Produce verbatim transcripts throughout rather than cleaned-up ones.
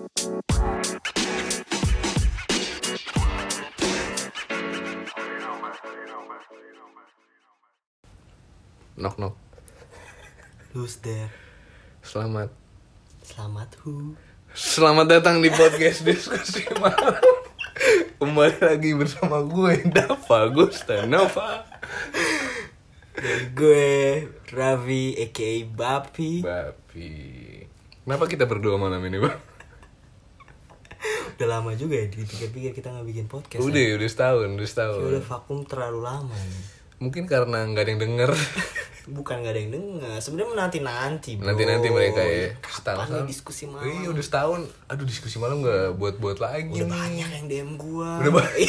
Knock knock. Who's there? Selamat. Selamat who? Selamat datang di podcast diskusi malam. Kembali lagi bersama gue Dava Gustanova. Dan gue Ravi aka Bapi. Bapi. Kenapa kita berdua malam ini, Bang? Udah lama juga ya dipikir-pikir kita gak bikin podcast. Udah, ya? udah setahun, udah setahun. Kayak udah vakum terlalu lama nih. Mungkin karena gak ada yang denger. Bukan gak ada yang denger, sebenarnya menanti-nanti bro. Nanti-nanti mereka ya. Kapan nih diskusi malam? Iya udah setahun. Aduh diskusi malam gak buat-buat lagi. Udah nih. banyak yang D M gua. Udah banyak.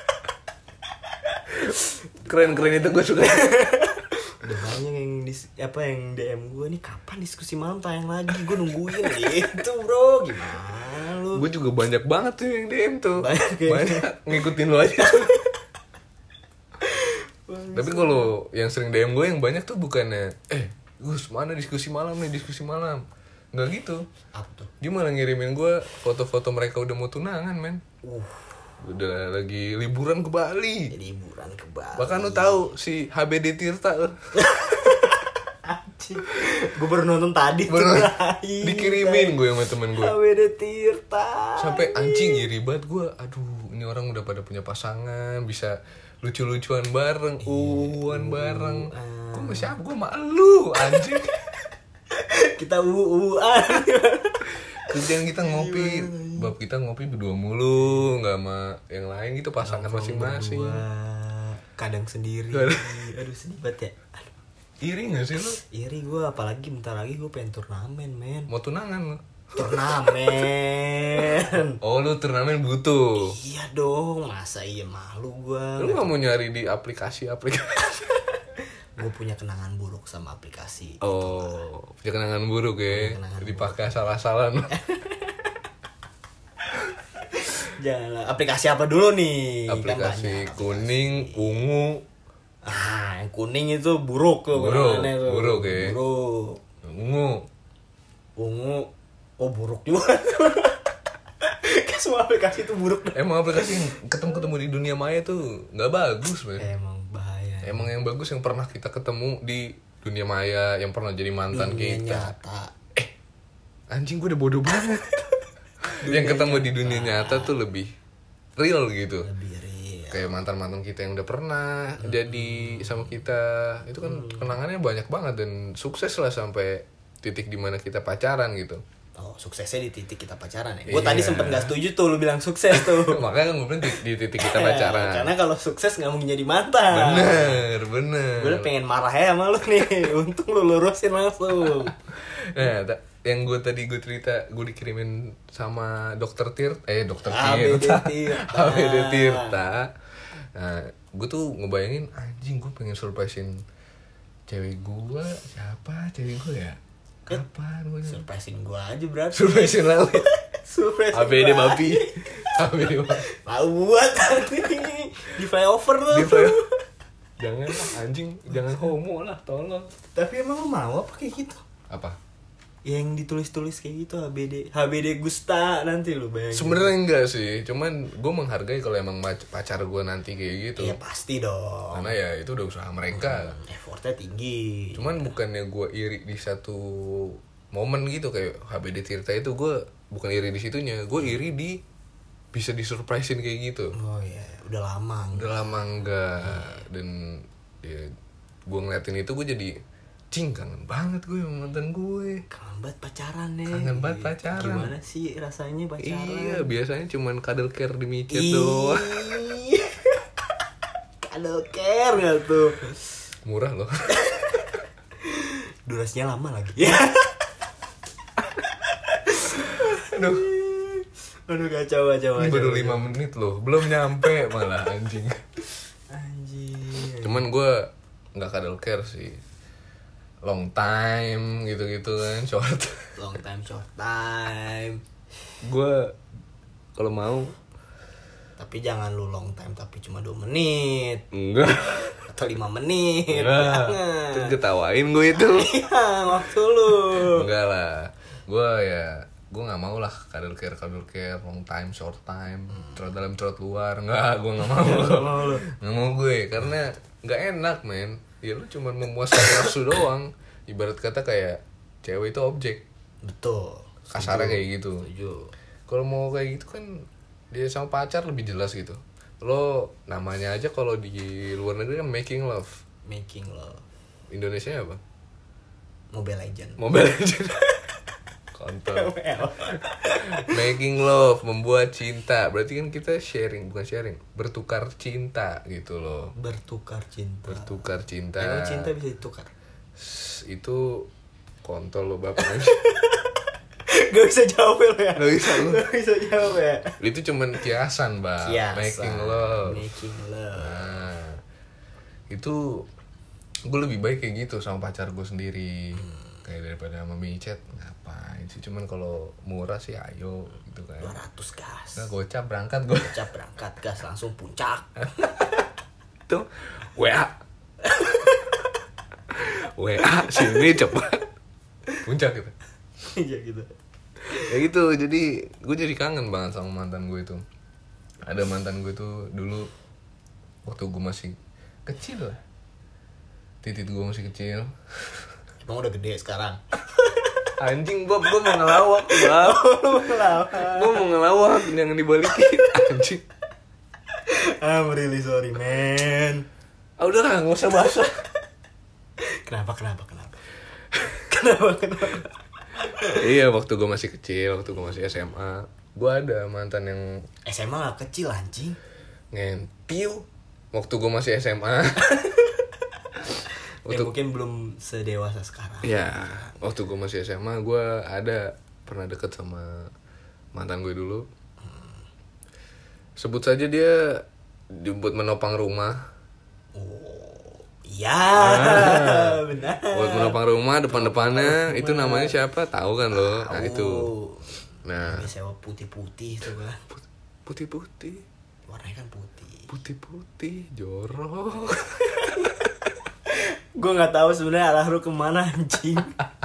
Keren-keren itu gue suka. Udah banyak yang dis, apa yang D M gue nih, kapan diskusi malam tayang lagi, gue nungguin gitu bro. Gimana lu? Gue juga banyak banget tuh yang D M tuh. Banyak, ya. Banyak ngikutin lo aja. Tapi kalau yang sering D M gue yang banyak tuh bukannya eh Gus mana diskusi malam nih diskusi malam, nggak gitu. Apa tuh? Dia malah ngirimin gue foto-foto mereka udah mau tunangan men. Uh, Udah lagi liburan ke Bali. liburan ke Bali. Bahkan lu tahu si H B D Tirta lo. Gue baru nonton tadi tuh. Dikirimin gue sama temen gue. H B D Tirta. Sampai anjing iri banget gue. Aduh, ini orang udah pada punya pasangan, bisa lucu-lucuan bareng, uwan bareng. Gue masih apa? Gue sama elu anjing. Kita uuan. Kerjaan kita ngopi, bab kita ngopi berdua mulu, nggak sama yang lain gitu, pasangan masing-masing. Berdua, kadang sendiri. Kadang. Aduh sedih banget ya. Aduh. Iri nggak sih lu? Iri gue, apalagi bentar lagi gue pengen turnamen men. Mau tunangan lu? Turnamen. Oh lu turnamen butuh. Iya dong, masa iya malu gue. Lu nggak mau nyari di aplikasi-aplikasi? Gue punya kenangan buruk sama aplikasi. Oh, punya kenangan buruk ya? Kenangan Dipakai salah-salah. Janganlah. Aplikasi apa dulu nih? Aplikasi Kan kuning, aplikasi. ungu. Ah, yang kuning itu buruk tuh. Buruk, kenangannya tuh. buruk ya. Buruk. Ungu. Ungu. Oh buruk juga. Kayak semua aplikasi itu buruk. Emang aplikasi yang ketemu-ketemu di dunia maya tuh nggak bagus, men. Emang bahaya. Emang yang bagus yang pernah kita ketemu di dunia maya, yang pernah jadi mantan Dunia kita. nyata. Eh, anjing gue udah bodoh banget. Yang ketemu di dunia nyata tuh lebih real gitu. Lebih real. Kayak mantan-mantan kita yang udah pernah hmm. jadi sama kita. Itu kan hmm. kenangannya banyak banget dan sukses lah sampai titik dimana kita pacaran gitu. Oh, suksesnya di titik kita pacaran ya. Iya. Gue tadi sempet gak setuju tuh lu bilang sukses tuh. Makanya kan gue bilang di, di titik kita pacaran. Karena kalau sukses gak mungkin jadi mantan. Bener, bener. Gue udah pengen marah ya sama lu nih. Untung lu lurusin langsung. Nah, ta- yang gue tadi gue cerita, gue dikirimin sama dokter Tirta, eh dokter H B D Tirta, Tirta. H B D Tirta. Nah, gue tuh ngebayangin, anjing gue pengen surprisein cewek gue, siapa cewek gue ya? Kapan gue? Surprisein gue aja berarti. Surprisein lah. Surprise. H B D Bapi. H B D Bapi. Mau buat nanti di flyover tuh. Di flyover. Jangan lah anjing, jangan homo lah, tolong. Tapi emang lu mau apa kayak gitu? Apa? Yang ditulis-tulis kayak gitu H B D H B D Gusta nanti lu bayangin. Sebenarnya enggak sih, cuman gue menghargai kalau emang pacar gue nanti kayak gitu. Iya pasti dong. Karena ya itu udah usaha mereka. Hmm, effortnya tinggi. Cuman bukannya gue iri di satu momen gitu kayak H B D Tirta itu, gue bukan iri di situnya, gue iri di bisa disurprisein kayak gitu. Oh iya, udah lama. Udah lama enggak. Dan ya, gue ngeliatin itu gue jadi cing, kangen banget gue sama mantan gue. Kangen banget pacaran nih. Kangen banget pacaran. Gimana sih rasanya pacaran? Iya, biasanya cuman cuddle care di micet Ih. doang. Cuddle care gak tuh? Murah loh. Durasinya lama lagi. Aduh, Aduh kacau kacau. ini baru lima menit loh, belum nyampe malah anjing. Anjing. Cuman gue nggak cuddle care sih, long time gitu-gitu kan, short. Long time short time. Gue kalau mau. Tapi jangan lu long time tapi cuma dua menit Enggak. atau lima menit. Enggak. Jangan. Terus ketawain gue itu. Iya, waktu lu. Enggak lah. Gue ya gue nggak mau lah kadal care kadal care long time short time hmm. Trot dalam trot luar nggak, gue nggak mau nggak mau nggak mau gue karena nggak enak men. Ya lu cuma memuaskan nafsu doang, ibarat kata kayak cewek itu objek. Betul, kasarnya kayak gitu. Kalau mau kayak gitu kan dia sama pacar lebih jelas gitu. Lo namanya aja kalau di luar negeri kan making love. Making love. Indonesia apa? Mobile Legend. Mobile Legend. Kontol. Making love, membuat cinta. Berarti kan kita sharing, bukan sharing, bertukar cinta gitu loh. Bertukar cinta. Bertukar cinta. Emang cinta bisa ditukar? Itu kontol lo bapak. Gak bisa jawab lo ya? Gak bisa lo. Gak bisa jawab ya? Itu cuman kiasan bang. Kiasan. Making love. Making love. Nah, itu gue lebih baik kayak gitu sama pacar gue sendiri. Hmm. Kayak daripada sama micet ngapain sih, cuman kalau murah sih ayo gitu kan. dua ratus gas. Nah, gocap berangkat gue. Gocap berangkat gas langsung puncak. Tuh W A. W A sini cepat. Puncak gitu. Iya gitu. Ya gitu, jadi gue jadi kangen banget sama mantan gue itu. Ada mantan gue tuh dulu waktu gue masih kecil lah. Titit gue masih kecil. Emang udah gede sekarang? Anjing Bob, gue mau ngelawak Bob. Gue mau ngelawak, jangan dibalikin. Anjing. I'm really sorry man. Ah udah lah, gak usah bahas. Kenapa, kenapa, kenapa? Kenapa, kenapa? Iya, waktu gue masih kecil, waktu gue masih S M A, gue ada mantan yang S M A gak kecil anjing. Ngentiu. Waktu gue masih S M A. Waktu, ya mungkin belum sedewasa sekarang. Ya, waktu gue masih S M A, gue ada pernah deket sama mantan gue dulu. Hmm. Sebut saja dia buat menopang rumah. Oh, iya, nah, benar. Buat menopang rumah depan-depannya, itu namanya siapa? Tahu kan lo? Nah itu. Nah. Ini sewa putih-putih tuh kan. Putih-putih. Warnanya kan putih. Putih-putih, jorok. Gue nggak tahu sebenarnya arah lu kemana anjing.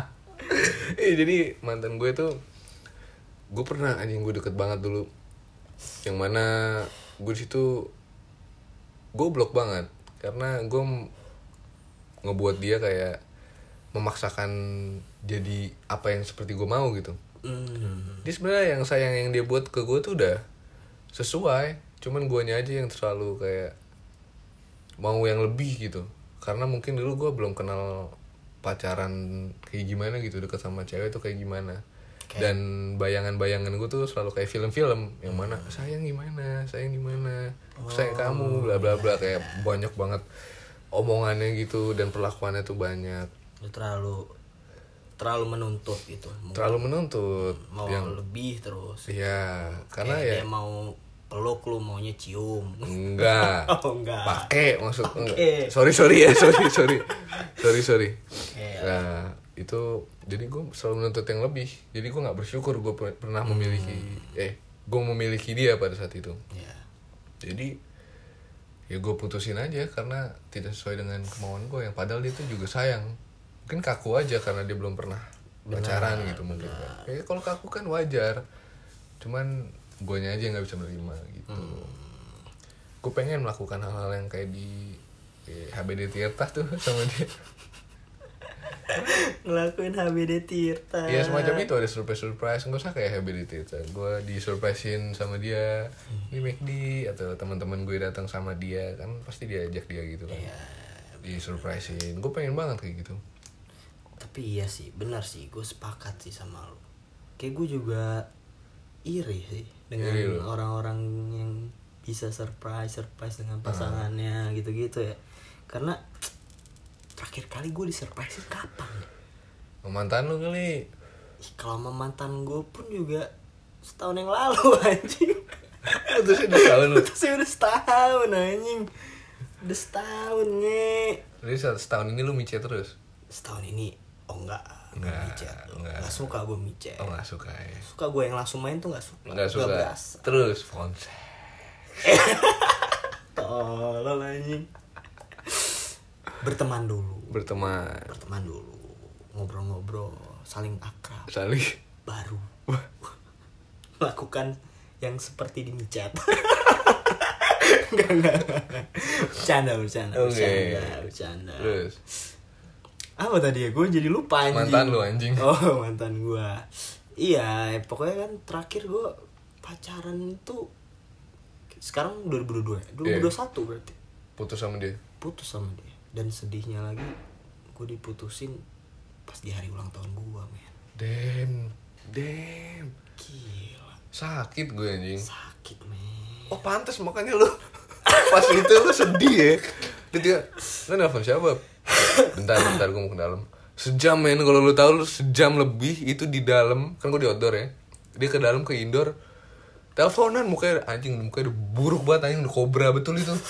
Eh jadi mantan gue tuh, gue pernah anjing gue deket banget dulu, yang mana gue di situ goblok banget karena gue ngebuat dia kayak memaksakan jadi apa yang seperti gue mau gitu. Mm. Dia sebenarnya yang sayang yang dia buat ke gue tuh udah sesuai, cuman guanya aja yang terlalu kayak mau yang lebih gitu. Karena mungkin dulu gue belum kenal pacaran kayak gimana gitu, deket sama cewek tuh kayak gimana. Okay. Dan bayangan-bayangan gue tuh selalu kayak film-film yang mana sayang gimana, sayang gimana, oh, sayang kamu, bla bla bla, kayak banyak banget omongannya gitu dan perlakuannya tuh banyak. Terlalu terlalu menuntut gitu. Mau, terlalu menuntut. Mau yang lebih terus. Iya, karena kayak ya dia mau peluk lu maunya cium. Enggak. Oh enggak. Pakai maksud okay. enggak. Sorry sorry ya, sorry sorry. Sorry sorry. Okay, nah, itu jadi gue selalu menuntut yang lebih. Jadi gue enggak bersyukur gue pernah hmm. memiliki eh gue memiliki dia pada saat itu. Yeah. Jadi ya gue putusin aja karena tidak sesuai dengan kemauan gue, yang padahal dia tuh juga sayang. Mungkin kaku aja karena dia belum pernah pacaran gitu mungkin. Kayak kalau kaku kan wajar. Cuman guanya aja nggak bisa menerima gitu. Hmm. Gue pengen melakukan hal-hal yang kayak di eh, H B D Tirta tuh sama dia. Ngelakuin H B D Tirta. Iya semacam itu, ada surprise-surprise. Nggak usah kayak H B D Tirta. Gue disurprisein sama dia hmm. di McD atau teman-teman gue datang sama dia kan pasti diajak dia gitu kan. Yeah. Disurprisein. Gue pengen banget kayak gitu. Tapi iya sih, benar sih. Gue sepakat sih sama lo. Kayak gue juga iri sih dengan iri orang-orang yang bisa surprise surprise dengan pasangannya uh. gitu-gitu ya. Karena terakhir kali gue disurprisein kapan ya? Mantan lu kali. Ih, kalau sama mantan gue pun juga setahun yang lalu anjing. Itu sih udah setahun lu. Itu sih udah setahun anjing. Udah setahun nge. Jadi setahun ini lu micet terus? Setahun ini oh enggak. Enggak, enggak. Enggak suka gue micet. Oh enggak suka ya. Suka gue yang langsung main tuh enggak suka. Enggak suka. Terus konsep. Tolol anjing. Berteman dulu. Berteman. Berteman dulu. Ngobrol-ngobrol, saling akrab. Saling baru melakukan yang seperti di micet. Enggak, enggak, enggak. Bercanda, bercanda, Okay. bercanda, bercanda. Terus Apa tadi ya? Gue jadi lupa anjing. mantan lu anjing. Oh, mantan gue. Iya, pokoknya kan terakhir gue pacaran itu sekarang dua ribu dua puluh dua ya? dua ribu dua puluh satu yeah. Berarti Putus sama dia. putus sama dia. Dan sedihnya lagi gue diputusin pas di hari ulang tahun gue, men. Damn. Damn. Gila. Sakit gue anjing. Sakit, men. Oh pantas makanya lu pas itu lu sedih ya. Dia dia, lu nelfon siapa? Bentar, bentar gue mau ke dalam. Sejam men, kalau lu tahu lu sejam lebih itu di dalam. Kan gue di outdoor ya. Dia ke dalam ke indoor. Teleponan mukanya anjing, mukanya udah buruk banget anjing, udah kobra betul itu.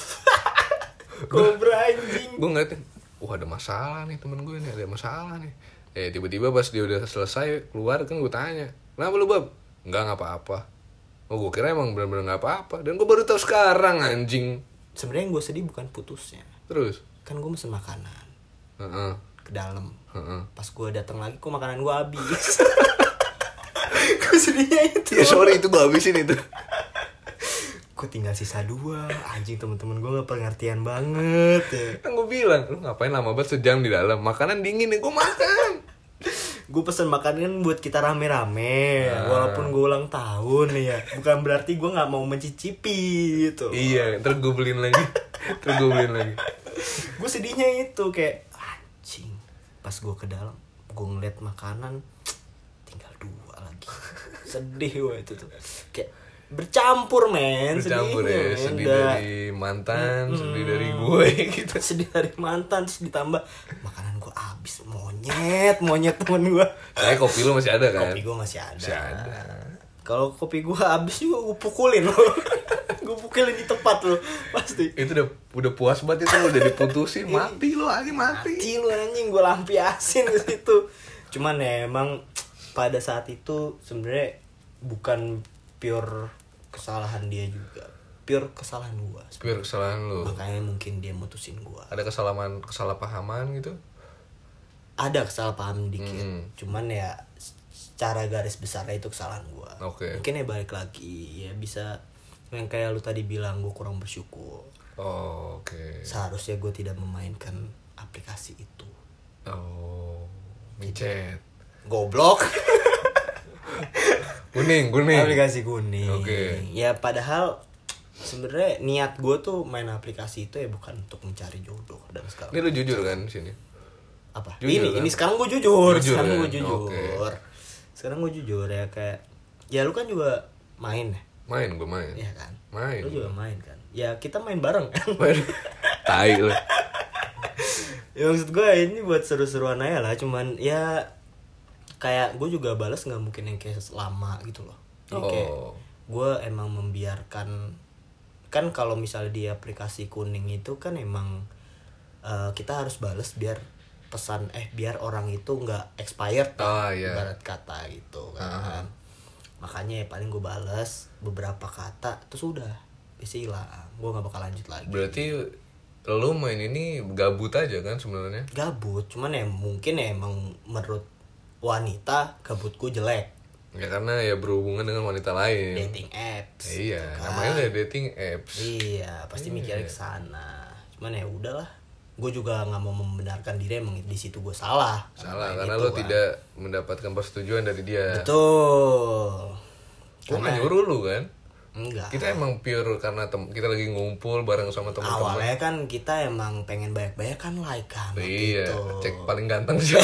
Kobra anjing. Gue ngeliatin, wah ada masalah nih temen gue nih, ada masalah nih. Eh tiba-tiba pas dia udah selesai keluar kan gue tanya, kenapa lu bab? Enggak, nggak apa-apa. Oh gue kira emang bener-bener nggak apa-apa. Dan gue baru tahu sekarang anjing. Sebenarnya yang gue sedih bukan putusnya. Terus? Kan gue mesen makanan Heeh. ke dalam. Heeh. Pas gue datang lagi kok makanan gue habis. Gue sedihnya itu. Ya sorry itu gue habisin itu. Gue tinggal sisa dua. Anjing, temen-temen gue gak pengertian banget ya. Kan gue bilang, lu ngapain lama banget sejam di dalam? Makanan dingin nih, gue makan. Gue pesen makanan buat kita rame-rame. Nah. Walaupun gue ulang tahun ya. Bukan berarti gue gak mau mencicipi gitu. Iya, ntar gue beliin lagi. Ntar gue beliin lagi. Gue sedihnya itu kayak anjing. Pas gue ke dalam, gue ngeliat makanan tinggal dua lagi. Sedih gue itu tuh. Kayak bercampur men, Bercampur sedihnya, ya, men. sedih Udah. dari mantan, Hmm. sedih dari gue gitu. Sedih dari mantan, terus ditambah makanan gue habis, monyet, monyet temen gue. Saya kopi lu masih ada kan? Kopi gue masih ada. Masih ada. Kalau kopi gue habis juga gue pukulin lo. Gue pukulin di tempat lo, pasti. Itu udah udah puas banget itu, udah diputusin, mati lu anjing mati. Mati lu anjing, gue lampiasin ke situ. Cuman ya emang pada saat itu sebenarnya bukan pure kesalahan dia juga, pure kesalahan gue. Pure kesalahan lu. Makanya mungkin dia mutusin gue. Ada kesalahan kesalahpahaman gitu? Ada kesalahpaham dikit, Hmm. cuman ya secara garis besarnya itu kesalahan gue. Oke. Mungkin ya balik lagi ya bisa yang kayak lu tadi bilang, gue kurang bersyukur. Oh, oke. Okay. Seharusnya gue tidak memainkan aplikasi itu. Oh, micet. Goblok. Kuning, kuning. Aplikasi kuning. Oke. Ya padahal sebenarnya niat gue tuh main aplikasi itu ya bukan untuk mencari jodoh. Dan sekarang Ini lu jujur kan di sini? apa? Jujur, ini kan? ini sekarang gue jujur. Jujur, sekarang kan? gue jujur. Oke. Sekarang gue jujur ya kayak ya lu kan juga main ya, Main, gue main. ya kan? Main. Lu juga main kan? Ya kita main bareng kan? Main. Tai lu. Ya maksud gue ini buat seru-seruan aja lah, cuman ya kayak gue juga balas nggak mungkin yang kayak lama gitu loh. Jadi kayak Oh. gue emang membiarkan, kan kalau misalnya di aplikasi kuning itu kan emang uh, kita harus balas biar pesan eh biar orang itu nggak expired Oh, iya. ibarat kata gitu kan. Uh-huh. Makanya ya paling gue balas beberapa kata terus udah bisa hilang, gue nggak bakal lanjut lagi. Berarti lu main ini gabut aja kan sebenarnya? Gabut, cuman ya mungkin ya emang menurut wanita gabut gue jelek. Ya karena ya berhubungan dengan wanita lain. Dating apps. Iya, gitu kan. namanya udah dating apps. Iya, pasti Iya. mikirnya ke sana. Cuman ya udahlah. Gue juga nggak mau membenarkan diri emang di situ gue salah. Salah Kayak karena gitu lo kan. tidak mendapatkan persetujuan dari dia. Betul. Gue nggak Karena- nyuruh lu kan? Enggak. Kita emang pure karena tem- kita lagi ngumpul bareng sama teman-teman. Awalnya kan kita emang pengen banyak-banyak kan like kan. waktu Iya, itu. cek paling ganteng siapa?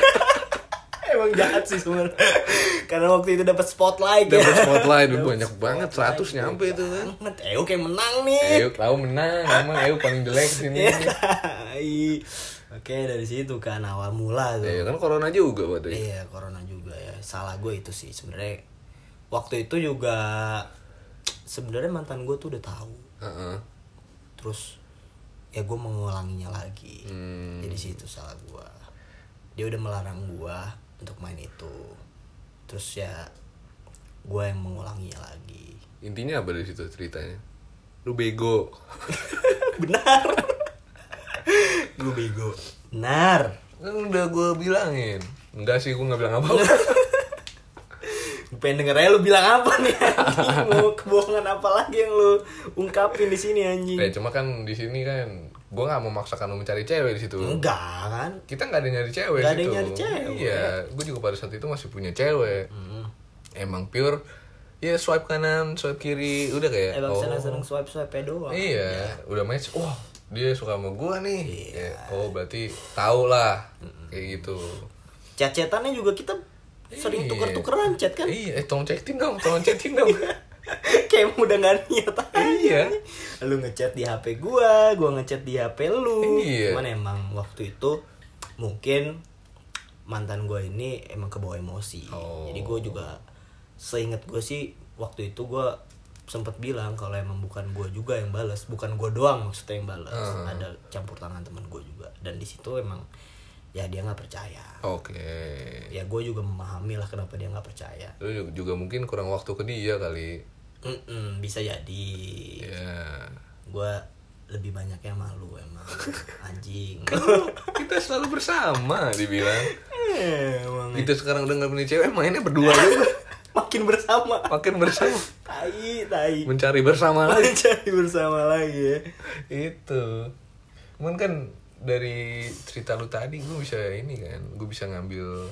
Emang jahat sih sebenarnya. Karena waktu itu dapat spotlight ya. Dapat spotlight Dapet banyak banget, seratus spotlight, nyampe itu kan. banget. Eo kayak menang nih. Ayo tahu menang, emang Ayo paling jelek sini. Iya. Oke, dari situ kan awal mula tuh. Ya kan corona juga waktu itu. Iya, corona juga ya. Salah gue itu sih sebenarnya. Waktu itu juga sebenarnya mantan gue tuh udah tahu. Heeh. Terus ya gue mengulanginya lagi. Hmm. Jadi situ salah gue. Dia udah melarang gue untuk main itu. Terus ya gue yang mengulanginya lagi. Intinya apa dari situ ceritanya? Lu bego. Benar. Gue bego. Benar. Kan udah gue bilangin. Enggak sih, gue nggak bilang apa-apa. pengen denger aja lu bilang apa nih anjing. Mau kebohongan apa lagi yang lu ungkapin di sini anjing? Eh cuma kan di sini kan gue nggak memaksakan lu mencari cewek di situ. Enggak kan? Kita nggak ada nyari cewek. Nggak di ada situ. nyari cewek. Iya, gue juga pada saat itu masih punya cewek. Hmm. Emang pure ya swipe kanan, swipe kiri, udah kayak Emang oh. seneng-seneng swipe-swipe doang. Iya, Ya. udah match. Wah, dia suka sama gue nih. Iya. Ya, oh, berarti tau lah. Kayak gitu. Chat-chatannya juga kita sering Iya. tuker-tukeran chat kan? Iya, eh tolong chatin dong, tolong chatin dong. Kayak udah gak niat aja. Iya. Lu ngechat di H P gua, gua ngechat di H P lu. Iya. Cuman emang waktu itu mungkin mantan gua ini emang kebawa emosi. Oh. Jadi gua juga seingat gua sih waktu itu gua sempet bilang kalau emang bukan gua juga yang balas, bukan gua doang maksudnya yang balas. Uh. Ada campur tangan teman gua juga. Dan di situ emang ya dia nggak percaya. Oke. Ya gue juga memahami lah kenapa dia nggak percaya. Lu juga mungkin kurang waktu ke dia kali. Mm-mm, bisa jadi. Ya. Gue lebih banyaknya malu emang anjing. Kita selalu bersama dibilang. Eh, emang Kita sekarang udah gak punya cewek, mainnya berdua juga. makin bersama. Makin bersama. Tai, tai. Mencari bersama lagi. Mencari bersama lagi ya. Itu. Cuman kan dari cerita lu tadi gue bisa ini kan, gue bisa ngambil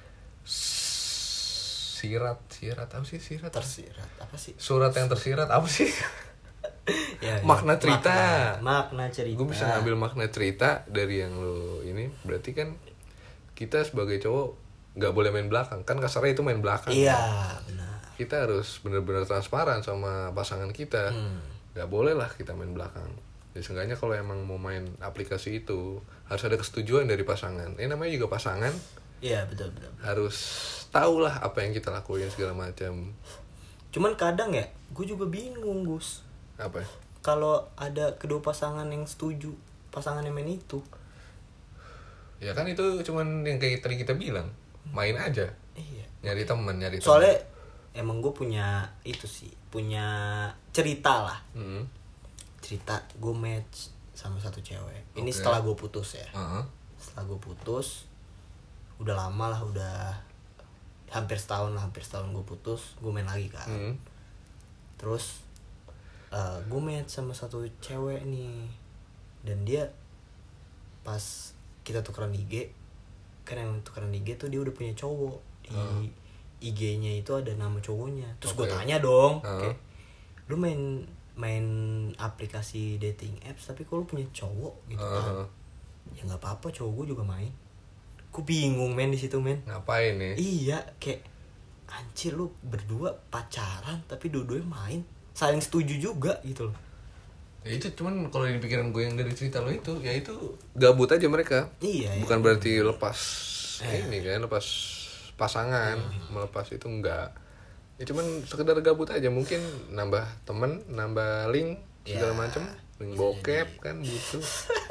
sirat, sirat apa sih sirat? Tersirat apa sih? Surat yang tersirat apa sih? Ya, Makna cerita. Makna, makna cerita. Gue bisa ngambil makna cerita dari yang lu ini. Berarti kan kita sebagai cowok nggak boleh main belakang, kan kasarnya itu main belakang. Iya, kan? benar. Kita harus benar-benar transparan sama pasangan kita. Hmm. Nggak boleh lah kita main belakang. Ya seenggaknya kalau emang mau main aplikasi itu harus ada kesetujuan dari pasangan. Ini namanya juga pasangan. Iya, betul, betul, betul. Harus tahu lah apa yang kita lakuin segala macam. Cuman kadang ya, gue juga bingung, Gus. Apa? Kalau ada kedua pasangan yang setuju pasangan yang main itu. Ya kan itu cuman yang kayak tadi kita bilang, main aja. Iya. Nyari teman, nyari teman. Soalnya emang gue punya itu sih, punya cerita lah. Hmm. Cerita gue match sama satu cewek. Ini Oke. setelah gue putus ya. Uh-huh. Setelah gue putus, udah lama lah, udah hampir setahun lah, hampir setahun gue putus, gue main lagi kan. Hmm. Terus uh, gue match sama satu cewek nih, dan dia pas kita tukeran I G, kan emang tukeran I G tuh dia udah punya cowok di Uh. I G-nya itu ada nama cowoknya. Terus gue Oke. tanya dong, Uh. oke, lu main main aplikasi dating apps tapi kok lu punya cowok gitu kan? Uh. Ya nggak apa-apa, cowok gue juga main. Gue bingung men di situ men. Ngapain nih? Iya, kayak anjir lu berdua pacaran tapi dua-duanya main, saling setuju juga gitu loh. Ya itu cuman kalau di pikiran gue yang dari cerita lo itu, ya itu gabut aja mereka. Iya. Bukan iya. berarti lepas Eh. ini kan, lepas pasangan, Hmm. melepas itu enggak. Ya cuman sekedar gabut aja, mungkin nambah temen, nambah link segala Ya, macem, link bisa bokep jadi. kan gitu.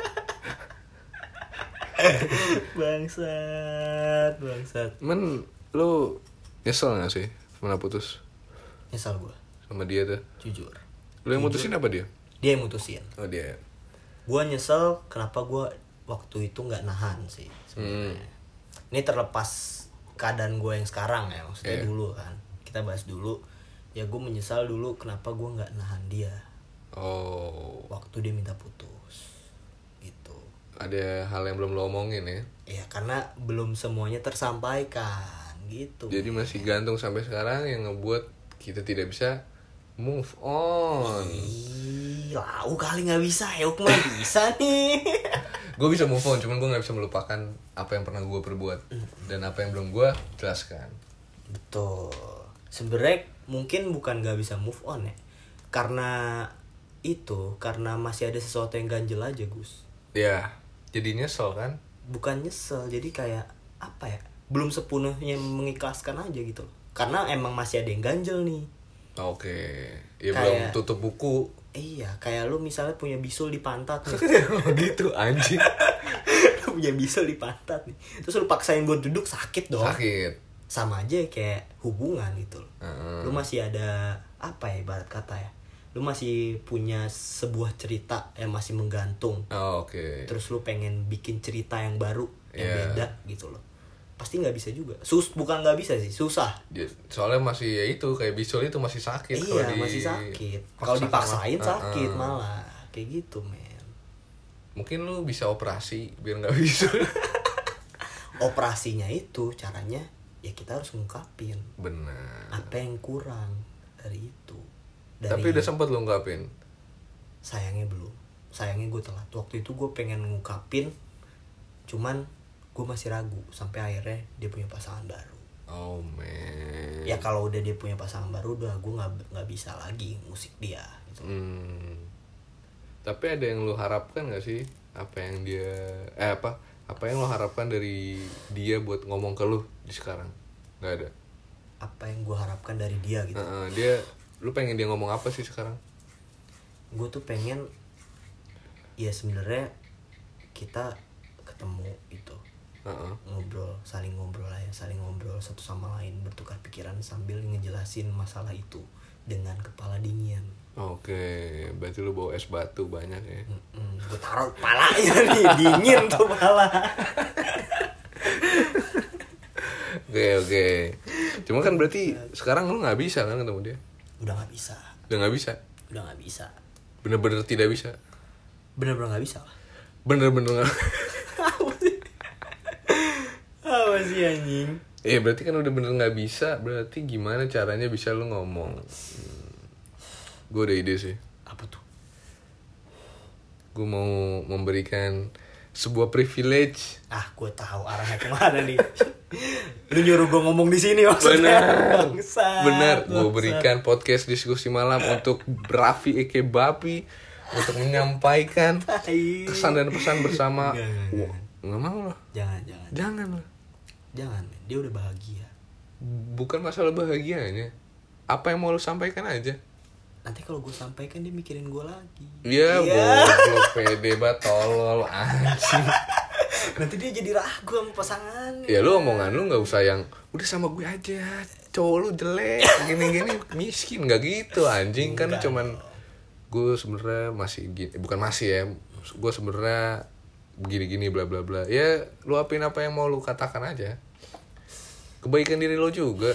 Bangsat, bangsat. Men lu nyesel gak sih pernah putus Nyesal gue, sama dia tuh? jujur. Lu yang Jujur. mutusin apa dia? Dia yang mutusin. Oh dia. Gue nyesel kenapa gue waktu itu nggak nahan sih sebenarnya. Hmm. Ini terlepas keadaan gue yang sekarang ya, maksudnya Iya. dulu kan. Kita bahas dulu. Ya gue menyesal dulu kenapa gue nggak nahan dia Oh. waktu dia minta putus. Gitu. Ada hal yang belum lo omongin ya? Ya karena belum semuanya tersampaikan gitu. Jadi masih gantung sampai sekarang yang ngebuat kita tidak bisa move on. Ih, lau kali nggak bisa, Euk mah bisa nih. Gue bisa move on, cuman gue nggak bisa melupakan apa yang pernah gue perbuat dan apa yang belum gue jelaskan. Betul. Sebenarnya mungkin bukan nggak bisa move on ya, karena itu karena masih ada sesuatu yang ganjel aja Gus. Ya, jadi nyesel kan? Bukan nyesel, jadi kayak apa ya? Belum sepenuhnya mengikhlaskan aja gitu. Karena emang masih ada yang ganjel nih. Oke, ya Kayak- belum tutup buku. Iya, kayak lu misalnya punya bisul di pantat nih. Gitu anjing. Lu punya bisul di pantat nih. Terus lu paksain buat duduk, sakit dong. Sakit. Sama aja kayak hubungan gitu loh. Heeh. Lu masih ada apa ya ibarat kata ya? Lu masih punya sebuah cerita yang masih menggantung. Oh, oke. Terus lu pengen bikin cerita yang baru, yang Iya. beda gitu loh. pasti nggak bisa juga. Sus bukan nggak bisa sih, susah. Dia, soalnya masih ya itu kayak bisul itu masih sakit. Iya, kalau di, masih sakit. Kalau dipaksain sama, sakit uh, uh. malah kayak gitu, men. Mungkin lu bisa operasi biar nggak bisul. Operasinya itu caranya ya kita harus ngungkapin. Benar. Apa yang kurang dari itu. Dari, tapi udah sempet lu ngungkapin? Sayangnya belum. Sayangnya gue telat. Waktu itu gue pengen ngungkapin, cuman gue masih ragu sampai akhirnya dia punya pasangan baru. Oh man. Ya kalau udah dia punya pasangan baru udah gue nggak nggak bisa lagi musik dia. Gitu. Hmm. Tapi ada yang lu harapkan nggak sih? Apa yang dia eh apa? Apa yang lo harapkan dari dia buat ngomong ke lu di sekarang? Nggak ada. Apa yang gue harapkan dari dia gitu? Uh, uh, dia, lu pengen dia ngomong apa sih sekarang? Gue tuh pengen, ya sebenarnya kita ketemu gitu. Uh-uh. Ngobrol, saling ngobrol lah ya, saling ngobrol satu sama lain, bertukar pikiran sambil ngejelasin masalah itu dengan kepala dingin. Oke, berarti lu bawa es batu banyak ya. Gue taruh kepalanya nih, dingin tuh kepala. Oke oke. Cuma kan berarti sekarang lu nggak bisa kan ketemu dia? Udah nggak bisa. Udah nggak bisa. Udah nggak bisa. Bener-bener tidak bisa. Bener-bener nggak bisa lah. Bener-bener nggak. Apa sih anjing? Iya berarti kan udah bener nggak bisa. Berarti gimana caranya bisa lu ngomong? Hmm. Gue ada ide sih. Apa tuh? Gue mau memberikan sebuah privilege. Ah, gue tahu arahnya kemana nih. Lu nyuruh gue ngomong di sini maksudnya. Bener. Bener. Gue berikan podcast diskusi malam untuk Raffi Eke Bapi untuk menyampaikan kesan dan pesan bersama. Nggak, nggak, nggak. Nggak mau loh. Jangan, jangan. Jangan loh. Jangan, dia udah bahagia. Bukan masalah bahagianya. Apa yang mau lu sampaikan aja. Nanti kalau gue sampaikan dia mikirin gue lagi. Iya, ya. goblok pede banget tolol anjing. Nanti dia jadi ragu sama pasangannya. Ya lu omongan lu nggak usah yang udah sama gue aja, cowok lu jelek, gini-gini miskin, nggak gitu anjing. Kan Enggak. cuman gue sebenarnya masih gini, bukan masih ya, gue sebenarnya begini-gini bla bla bla. Ya lu apain apa yang mau lu katakan aja. Kebaikan diri lo juga.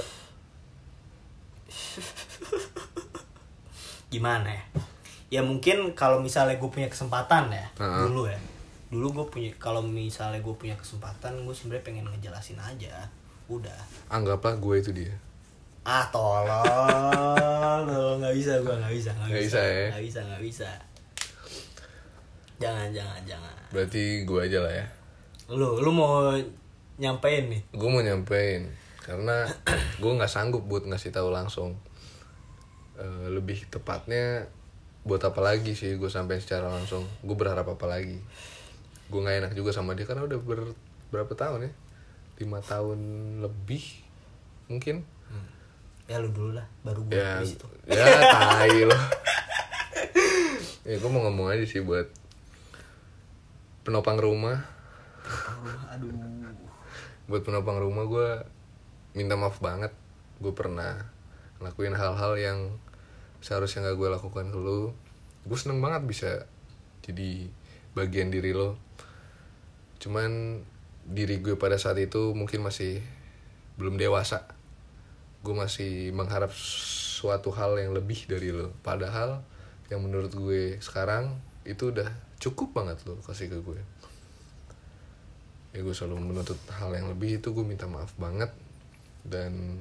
Gimana ya? Ya mungkin kalau misalnya gue punya kesempatan ya, uh-huh. dulu ya. Dulu gue punya, kalau misalnya gue punya kesempatan, gue sebenarnya pengen ngejelasin aja. Udah. Anggaplah gue itu dia. Ah tolong, tolong nggak bisa gue nggak bisa nggak Nggak bisa bisa ya? nggak bisa nggak bisa. Jangan jangan jangan. Berarti gue aja lah ya. Lu lu mau nyampein nih? Gue mau nyampein karena gue nggak sanggup buat ngasih tahu langsung. Uh, lebih tepatnya buat apa lagi sih gue sampein secara langsung. Gue berharap apa lagi? Gue nggak enak juga sama dia karena udah ber, berapa tahun ya? Lima tahun lebih mungkin. Hmm. Ya lu dulu lah, baru gue Ya, di situ. ya tai lo. Ya gue mau ngomong aja sih buat penopang rumah. Aduh. Buat penopang rumah gue minta maaf banget. Gue pernah ngelakuin hal-hal yang seharusnya gak gue lakukan ke lo. Gue seneng banget bisa jadi bagian diri lo. Cuman diri gue pada saat itu mungkin masih belum dewasa. Gue masih mengharap suatu hal yang lebih dari lo. Padahal yang menurut gue sekarang itu udah cukup banget lo kasih ke gue. Ya gue selalu menuntut hal yang lebih, itu gue minta maaf banget. Dan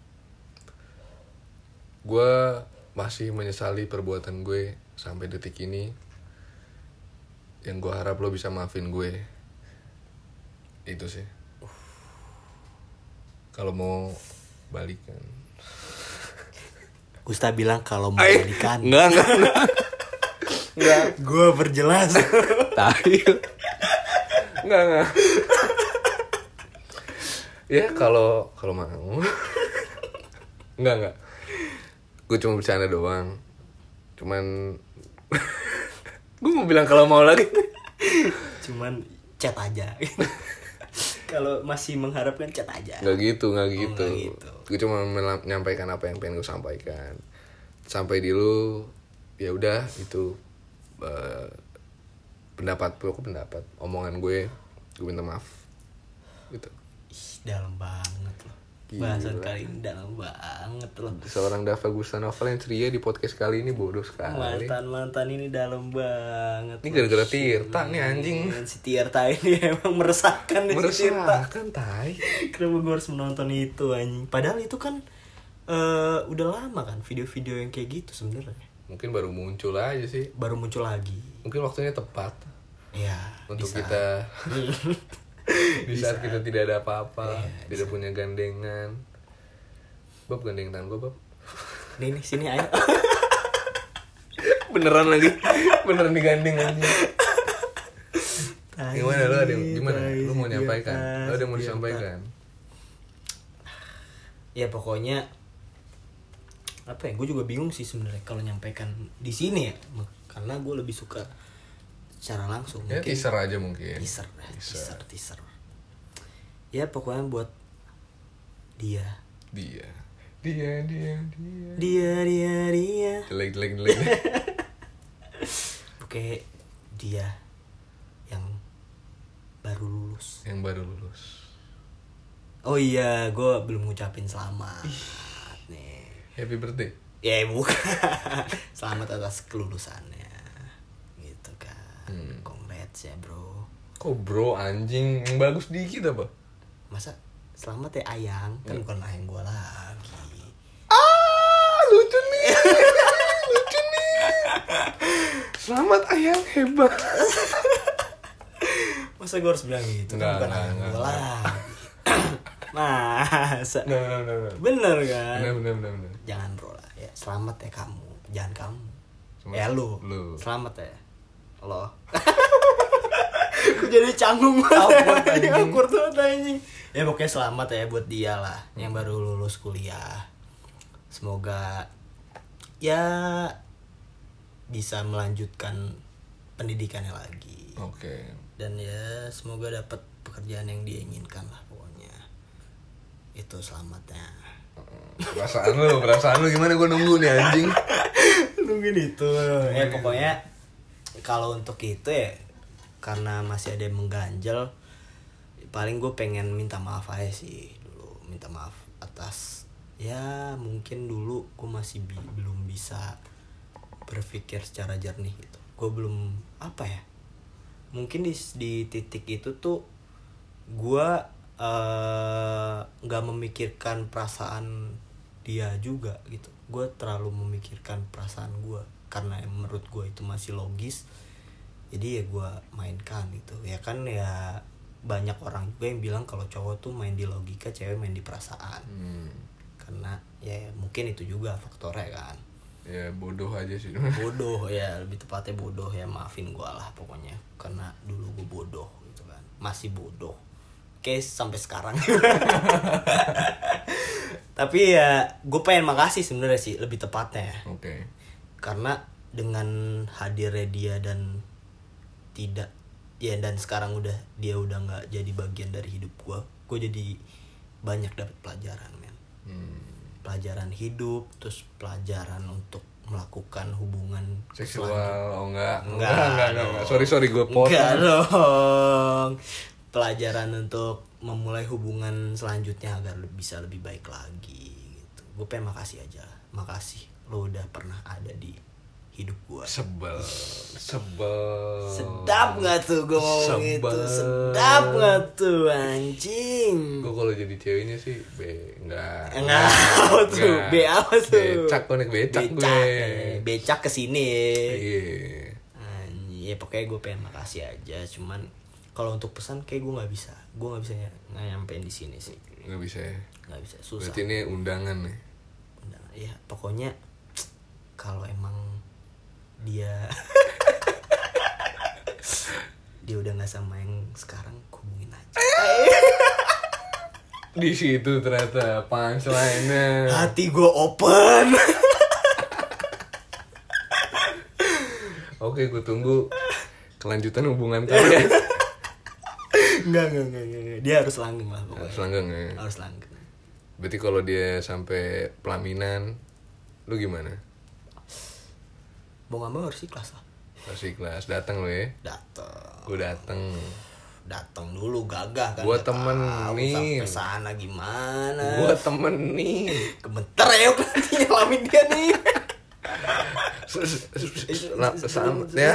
gue masih menyesali perbuatan gue sampai detik ini. Yang gue harap lo bisa maafin gue. Itu sih. Kalau mau balikan. Gusta bilang kalau mau Ay, balikan. Enggak, enggak, enggak. Enggak. Gue perjelas. Tai. Enggak, enggak. Ya kalau kalau mau. Enggak, enggak. Gue cuma bercanda doang. Cuman gue mau bilang kalau mau lagi. Cuman chat aja. Kalau masih mengharapkan chat aja. Nggak gitu, nggak gitu. Oh, gitu. Gue cuma menyampaikan apa yang pengen gue sampaikan. Sampai di lu, ya udah itu uh, pendapat gue, pendapat, omongan gue, gue minta maaf. Gitu. Ih, dalam banget loh. Bahasan kali ini dalam banget loh. Seorang Dava Gustanova yang ceria di podcast kali ini bodoh sekali. Mantan-mantan ini dalam banget. Ini gara-gara Tirta nih anjing. Si Tirta ini emang meresahkan nih si Tirta. Meresahkan tai. Kenapa gue harus menonton itu anjing? Padahal itu kan uh, udah lama kan video-video yang kayak gitu sebenarnya. Mungkin baru muncul aja sih. Baru muncul lagi. Mungkin waktunya tepat. Iya. Untuk bisa. kita di saat kita tidak ada apa-apa, ya, tidak bisa. Punya gandengan. Bob, gandeng tangan gue, Bob. Nih nih sini ayo. Beneran lagi. Beneran digandeng aja. Gimana lu ada gimana? Lu mau nyampaikan? Lu ada mau disampaikan? Ya pokoknya apa ya? Gue juga bingung sih sebenarnya kalau nyampaikan di sini ya. Karena gue lebih suka secara langsung. Ya mungkin, teaser aja mungkin. Teaser, teaser, teaser, teaser. Ya pokoknya buat dia. Dia. Dia, dia, dia. Dia, dia, dia. Jelek, jelek, jelek. Oke, dia yang baru lulus. Yang baru lulus. Oh iya, gue belum ngucapin selamat. Ih. Nih. Happy birthday. Ya bukan. Selamat atas kelulusannya. Gitu kan. Hmm. Congrats ya bro. Kok bro anjing, yang bagus dikit apa? Masa selamat ya ayang? Kan bukan ayang gue lagi. Ah, lucu nih. Lucu nih. Selamat ayang, hebat. Masa gue harus bilang gitu? Enggak, kan bukan enggak, ayang enggak, gue lagi. Masa? Bener, bener, bener. Bener kan? Bener, bener, bener, bener. Jangan bro lah ya. Selamat ya kamu. Jangan kamu. Selamat, ya lu. lu. Selamat ya. Lo. Aku jadi canggung banget. Awkward banget anjing. Ya pokoknya selamat ya buat dia lah yang baru lulus kuliah. Semoga ya bisa melanjutkan pendidikannya lagi. Oke. Okay. Dan ya semoga dapat pekerjaan yang dia inginkan lah pokoknya. Itu selamatnya. Perasaan lu, perasaan lu gimana? Gue nunggu nih anjing. Nungguin itu. Ya pokoknya kalau untuk itu ya karena masih ada yang mengganjal, paling gue pengen minta maaf aja sih dulu. Minta maaf atas ya mungkin dulu gue masih bi- belum bisa berpikir secara jernih gitu. Gue belum apa ya, mungkin di, di titik itu tuh gue nggak uh, memikirkan perasaan dia juga gitu. Gue terlalu memikirkan perasaan gue karena menurut gue itu masih logis, jadi ya gue mainkan gitu ya kan. Ya banyak orang juga yang bilang kalau cowok tuh main di logika, cewek main di perasaan. hmm. Karena ya mungkin itu juga faktornya kan. Ya bodoh aja sih. Bodoh ya, lebih tepatnya bodoh ya. Maafin gue lah pokoknya, karena dulu gue bodoh gitu kan, masih bodoh. Oke sampai sekarang. Tapi ya gue pengen makasih sebenarnya sih lebih tepatnya. Oke. Okay. Karena dengan hadirnya dia dan tidak ya dan sekarang udah dia udah nggak jadi bagian dari hidup gue, gue jadi banyak dapat pelajaran men. Hmm. Pelajaran hidup, terus pelajaran untuk melakukan hubungan seksual. Oh enggak. Enggak, enggak, enggak, enggak, enggak. Sorry, sorry gue potong. Enggak dong. Pelajaran untuk memulai hubungan selanjutnya agar bisa lebih baik lagi gitu. Gue pengen makasih aja. Makasih lo udah pernah ada di hidup gue. Sebel. Sebel. Sedap gak tuh gue ngomong itu? Sedap gak tuh anjing? Gue kalau jadi ceweknya sih B. Enggak. Enggak apa tuh? B apa tuh? Becak, gue naik becak, becak gue. Eh. Becak kesini. Iya. Ya pokoknya gue pengen makasih aja. Cuman kalau untuk pesan kayak gue nggak bisa. Gue nggak bisa ny- nyampein di sini sih. Nggak bisa ya? Nggak bisa, susah. Berarti ini undangan nih. Undangan. Ya pokoknya kalau emang dia dia udah nggak sama yang sekarang, hubungin aja. Di situ ternyata punchline-nya. Hati gue open. Oke, gue tunggu kelanjutan hubungan kalian. Enggak, enggak, enggak, enggak. Dia harus langgeng lah pokoknya. Harus langgeng ya. Harus langgeng. Berarti kalau dia sampai pelaminan, lu gimana? Mau nggak mau harus ikhlas lah. Harus ikhlas, datang lo ya. Dateng. Gue dateng. datang dulu gagah kan. Gua nggak tahu temenin. sampai sana gimana. Gua temenin. Gemeter ya nanti nyalamin dia nih. Nah, sama ya.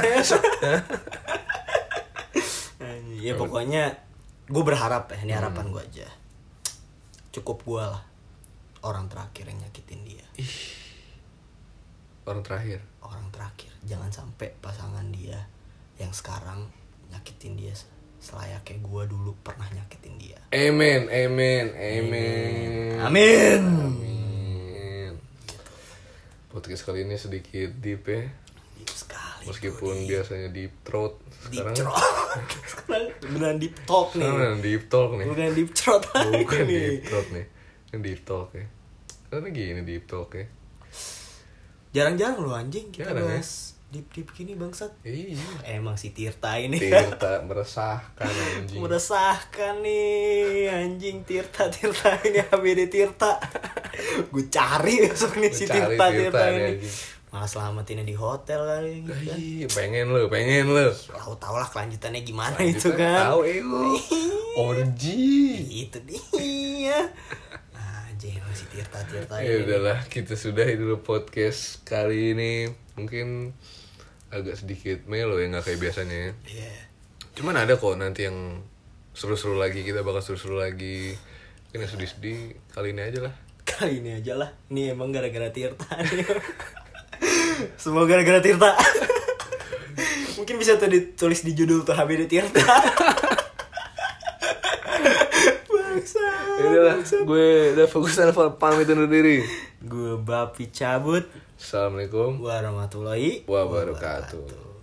Ya pokoknya gue berharap ya, ini harapan gue aja. Cukup gue lah orang terakhir yang nyakitin dia. Orang terakhir. Orang terakhir. Jangan sampai pasangan dia yang sekarang nyakitin dia selayaknya gue dulu pernah nyakitin dia. Amen, amen, amen. Amin. Amin. Podcast kali ini sedikit deep ya. Deep sekali. Meskipun biasanya deep throat, sekarang deep throat. Sekarang beneran deep talk nih. Sekarang deep talk nih. Bukan deep throat lagi Bukan nih. deep throat nih. Ini deep talk ya. Karena gini deep talk ya. Jarang-jarang loh anjing kita Jarang, bahas deep-deep gini bangsat. Iya. Emang si Tirta ini Tirta meresahkan anjing. meresahkan nih anjing. Tirta Tirta ini H B D Tirta. Gue cari besok nih si Cari Tirta Tirta Tirta nih, ini. anjing. Malah selamatinnya di hotel kali gitu kan. Ih, pengen lo, pengen lo. Tahu-tahu lah kelanjutannya gimana Lanjutan itu kan. Tahu eh lo. Orgi. Itu dia. Anjing masih Tirta Tirta Ya ini. udahlah, kita sudahi dulu podcast kali ini. Mungkin agak sedikit melo ya, nggak kayak biasanya ya. Iya. Cuman ada kok nanti yang seru-seru lagi, kita bakal seru-seru lagi. Mungkin yang sedih-sedih kali ini aja lah. Kali ini aja lah. Ini emang gara-gara Tirta nih. Semua gara-gara Tirta. Mungkin bisa tuh ditulis di judul tuh H B D Tirta. Bangsa. Yaudah lah, gue udah fokus telepon pamit undur diri. Gue Bapi cabut. Assalamualaikum Warahmatullahi wabarakatuh.